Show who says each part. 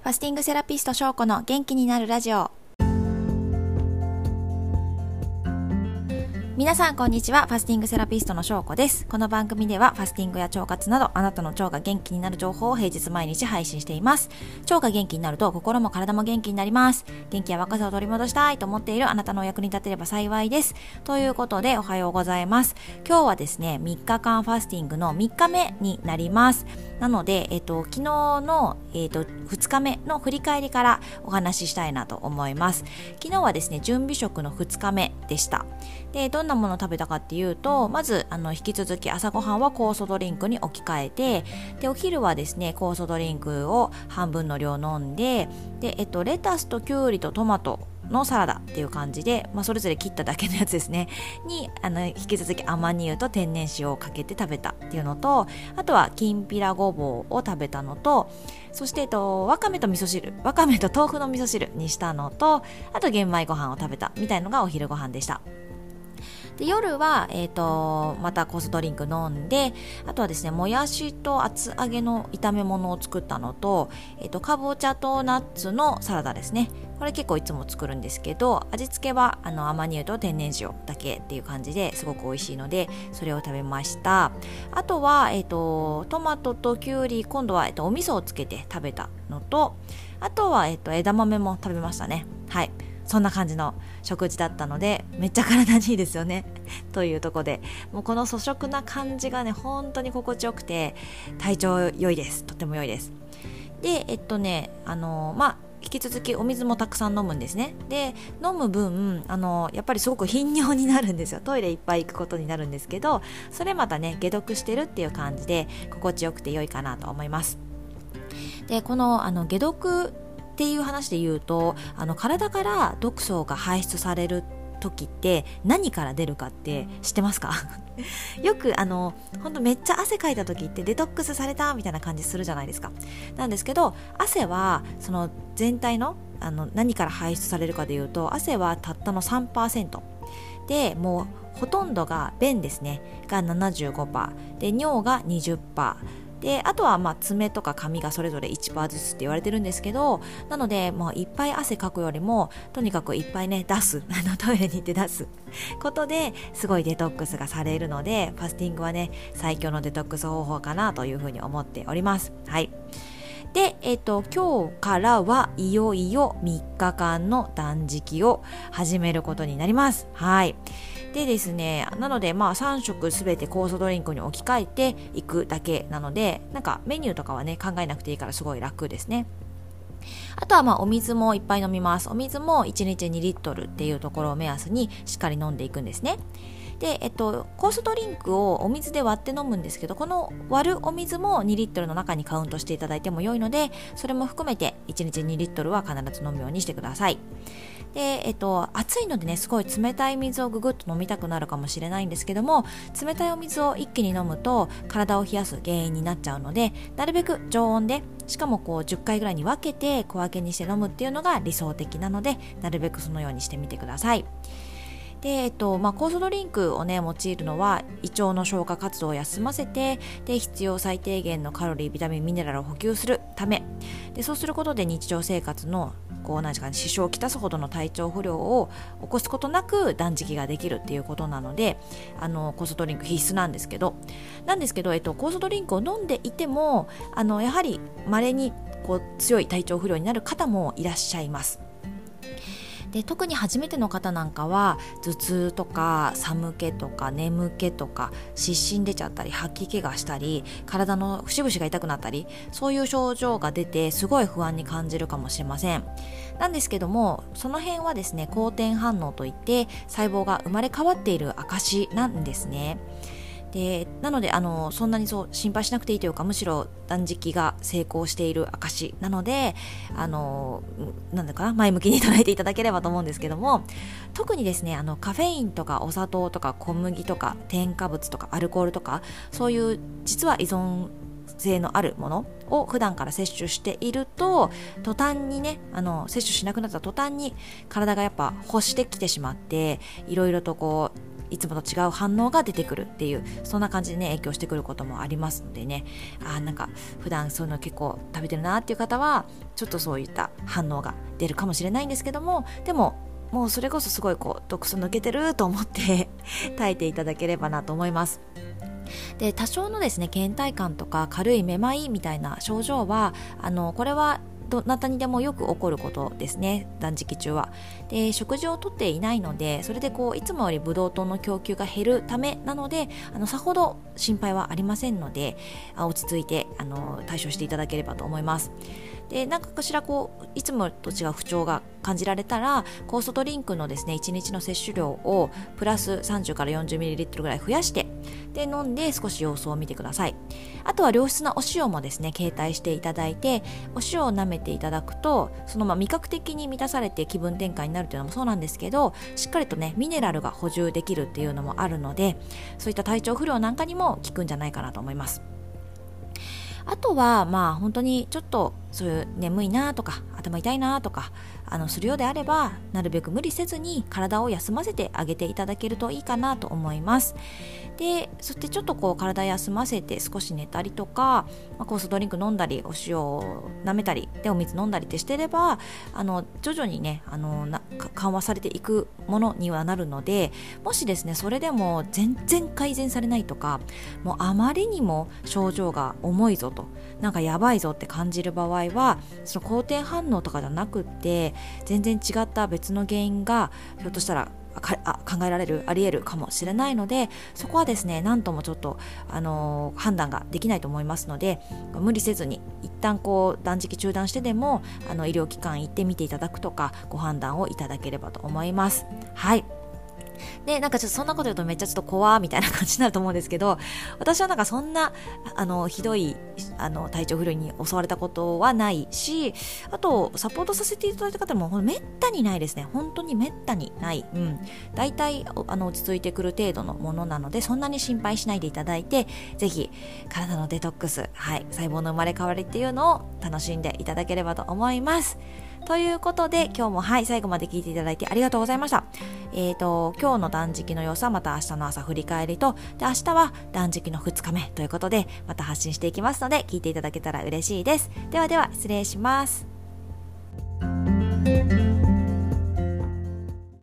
Speaker 1: ファスティングセラピスト翔子の元気になるラジオ。皆さんこんにちは。ファスティングセラピストの翔子です。この番組ではファスティングや腸活などあなたの腸が元気になる情報を平日毎日配信しています。腸が元気になると心も体も元気になります。元気や若さを取り戻したいと思っているあなたのお役に立てれば幸いです。ということでおはようございます。今日はですね、3日間ファスティングの3日目になります。なので、昨日の、2日目の振り返りからお話ししたいなと思います。昨日はですね、準備食の2日目でした。で、どんなものを食べたかっていうと、まず引き続き朝ごはんは酵素ドリンクに置き換えて、でお昼はですね酵素ドリンクを半分の量飲んで、レタスとキュウリとトマトのサラダっていう感じで、それぞれ切っただけのやつですねに引き続きアマニ油と天然塩をかけて食べたっていうのと、あとはきんぴらごぼうを食べたのと、そしてわかめと豆腐の味噌汁にしたのと、あと玄米ご飯を食べたみたいのがお昼ご飯でした。で夜は、また酵素ドリンク飲んで、あとはですねもやしと厚揚げの炒め物を作ったのと、かぼちゃとナッツのサラダですね。これ結構いつも作るんですけど、味付けはアマニ油と天然塩だけっていう感じですごく美味しいのでそれを食べました。あとは、トマトときゅうり、今度は、お味噌をつけて食べたのと、あとは、枝豆も食べましたね。はい、そんな感じの食事だったので、めっちゃ体にいいですよねというところで、もうこの粗食な感じがね本当に心地よくて体調良いです。とても良いです。で引き続きお水もたくさん飲むんですね。で飲む分やっぱりすごく頻尿になるんですよ。トイレいっぱい行くことになるんですけど、それまたね解毒してるっていう感じで心地よくて良いかなと思います。でこの解毒っていう話で言うと、体から毒素が排出される時って何から出るかって知ってますか？よく本当めっちゃ汗かいた時ってデトックスされたみたいな感じするじゃないですか。なんですけど、汗はその全体の何から排出されるかでいうと、汗はたったの 3% で、もうほとんどが便ですねが 75% で、尿が 20%で、あとは爪とか髪がそれぞれ 1% ずつって言われてるんですけど、なのでもういっぱい汗かくよりもとにかくいっぱいね出すトイレに行って出すことですごいデトックスがされるので、ファスティングはね最強のデトックス方法かなというふうに思っております。はい。で、今日からはいよいよ3日間の断食を始めることになります。はい。でですね、なので3食すべて酵素ドリンクに置き換えていくだけなので、なんかメニューとかはね考えなくていいからすごい楽ですね。あとはお水もいっぱい飲みます。お水も1日2リットルっていうところを目安にしっかり飲んでいくんですね。で、酵素ドリンクをお水で割って飲むんですけど、この割るお水も2リットルの中にカウントしていただいても良いので、それも含めて1日2リットルは必ず飲むようにしてください。で、暑いのでねすごい冷たい水をぐぐっと飲みたくなるかもしれないんですけども、冷たいお水を一気に飲むと体を冷やす原因になっちゃうので、なるべく常温で、しかも10回ぐらいに分けて小分けにして飲むっていうのが理想的なので、なるべくそのようにしてみてください。で、酵素ドリンクをね用いるのは胃腸の消化活動を休ませて、で必要最低限のカロリー、ビタミン、ミネラルを補給するためで、そうすることで日常生活の支障をきたすほどの体調不良を起こすことなく断食ができるっていうことなので、酵素ドリンク必須なんですけど、酵素ドリンクを飲んでいてもやはり稀に強い体調不良になる方もいらっしゃいます。で特に初めての方なんかは頭痛とか寒気とか眠気とか湿疹出ちゃったり吐き気がしたり体の節々が痛くなったり、そういう症状が出てすごい不安に感じるかもしれません。なんですけども、その辺はですね好転反応といって細胞が生まれ変わっている証なんですね。でなのでそんなに心配しなくていいというか、むしろ断食が成功している証なのでなんだかな、前向きに捉えていただければと思うんですけども、特にですねカフェインとかお砂糖とか小麦とか添加物とかアルコールとか、そういう実は依存性のあるものを普段から摂取していると、途端にね摂取しなくなった途端に体がやっぱ欲してきてしまって、いろいろといつもと違う反応が出てくるっていう、そんな感じでね影響してくることもありますのでね、なんか普段そういうの結構食べてるなっていう方はちょっとそういった反応が出るかもしれないんですけども、でももうそれこそすごい毒素抜けてると思って耐えていただければなと思います。で、多少のですね倦怠感とか軽いめまいみたいな症状はこれはどなたにでもよく起こることですね、断食中は。で、食事をとっていないので、それでいつもよりブドウ糖の供給が減るためなので、さほど心配はありませんので、落ち着いて対処していただければと思います。で、何かしらいつもと違う不調が感じられたら、酵素ドリンクのですね1日の摂取量をプラス30から 40ml ぐらい増やして、で飲んで少し様子を見てください。あとは良質なお塩もですね携帯していただいて、お塩を舐めていただくと、その味覚的に満たされて気分転換になるというのもそうなんですけど、しっかりとねミネラルが補充できるっていうのもあるので、そういった体調不良なんかにも効くんじゃないかなと思います。あとは本当にちょっとそういう眠いなとか頭痛いなとかするようであれば、なるべく無理せずに体を休ませてあげていただけるといいかなと思います。で、そしてちょっと体休ませて少し寝たりとか、酵素ドリンク飲んだり、お塩を舐めたりでお水飲んだりってしてれば徐々にね緩和されていくものにはなるので、もしですねそれでも全然改善されないとか、もうあまりにも症状が重いぞと、なんかやばいぞって感じる場合は、その好転反応とかじゃなくって全然違った別の原因がひょっとしたら考えられる、ありえるかもしれないので、そこはですね何ともちょっと判断ができないと思いますので、無理せずに一旦断食中断してでも医療機関行ってみていただくとか、ご判断をいただければと思います。はい。で、なんかちょっとそんなこと言うとめっちゃちょっと怖みたいな感じになると思うんですけど、私はなんかそんなひどい体調不良に襲われたことはないし、あとサポートさせていただいた方もめったにないですね。本当にめったにない。だいたい落ち着いてくる程度のものなので、そんなに心配しないでいただいて、ぜひ体のデトックス、細胞の生まれ変わりっていうのを楽しんでいただければと思います。ということで今日も最後まで聞いていただいてありがとうございました。今日の断食の様子はまた明日の朝振り返りと、で明日は断食の2日目ということでまた発信していきますので、聞いていただけたら嬉しいです。ではでは失礼します。